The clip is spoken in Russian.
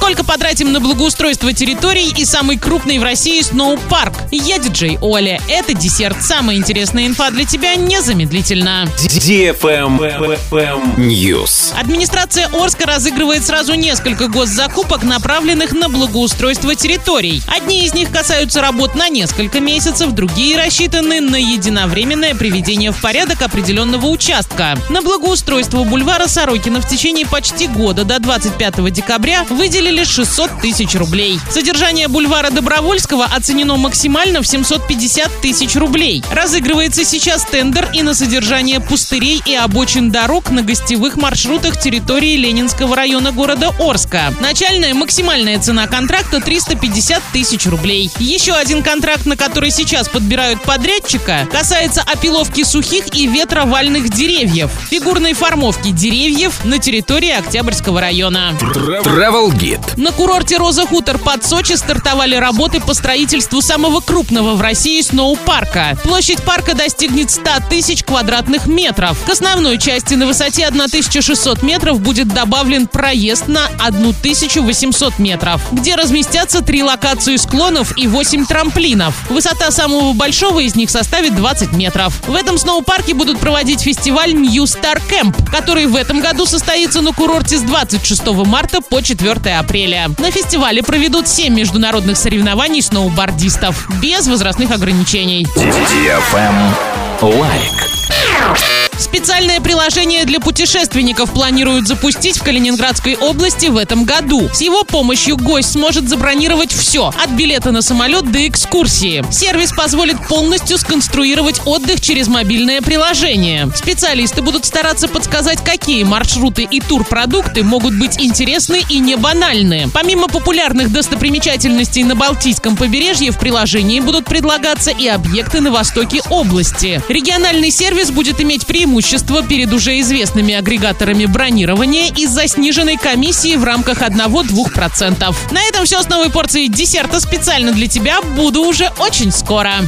Сколько потратим на благоустройство территорий и самый крупный в России сноупарк? Я диджей Оля. Это десерт. Самая интересная инфа для тебя незамедлительно. News. Администрация Орска разыгрывает сразу несколько госзакупок, направленных на благоустройство территорий. Одни из них касаются работ на несколько месяцев, другие рассчитаны на единовременное приведение в порядок определенного участка. На благоустройство бульвара Сорокина в течение почти года до 25 декабря выделили 600 тысяч рублей. Содержание бульвара Добровольского оценено максимально в 750 тысяч рублей. Разыгрывается сейчас тендер и на содержание пустырей и обочин дорог на гостевых маршрутах территории Ленинского района города Орска. Начальная максимальная цена контракта 350 тысяч рублей. Еще один контракт, на который сейчас подбирают подрядчика, касается опиловки сухих и ветровальных деревьев, фигурной формовки деревьев на территории Октябрьского района. Travel Guide. На курорте Роза Хутор под Сочи стартовали работы по строительству самого крупного в России сноупарка. Площадь парка достигнет 100 тысяч квадратных метров. К основной части на высоте 1600 метров будет добавлен проезд на 1800 метров, где разместятся 3 локации склонов и 8 трамплинов. Высота самого большого из них составит 20 метров. В этом сноупарке будут проводить фестиваль New Star Camp, который в этом году состоится на курорте с 26 марта по 4 апреля. На фестивале проведут 7 международных соревнований сноубордистов без возрастных ограничений. Лайк. Специальное приложение для путешественников планируют запустить в Калининградской области в этом году. С его помощью гость сможет забронировать все, от билета на самолет до экскурсии. Сервис позволит полностью сконструировать отдых через мобильное приложение. Специалисты будут стараться подсказать, какие маршруты и турпродукты могут быть интересны и не банальны. Помимо популярных достопримечательностей на Балтийском побережье, в приложении будут предлагаться и объекты на востоке области. Региональный сервис будет иметь преимущество перед уже известными агрегаторами бронирования из-за сниженной комиссии в рамках 1-2%. На этом все с новой порцией десерта специально для тебя. Буду уже очень скоро.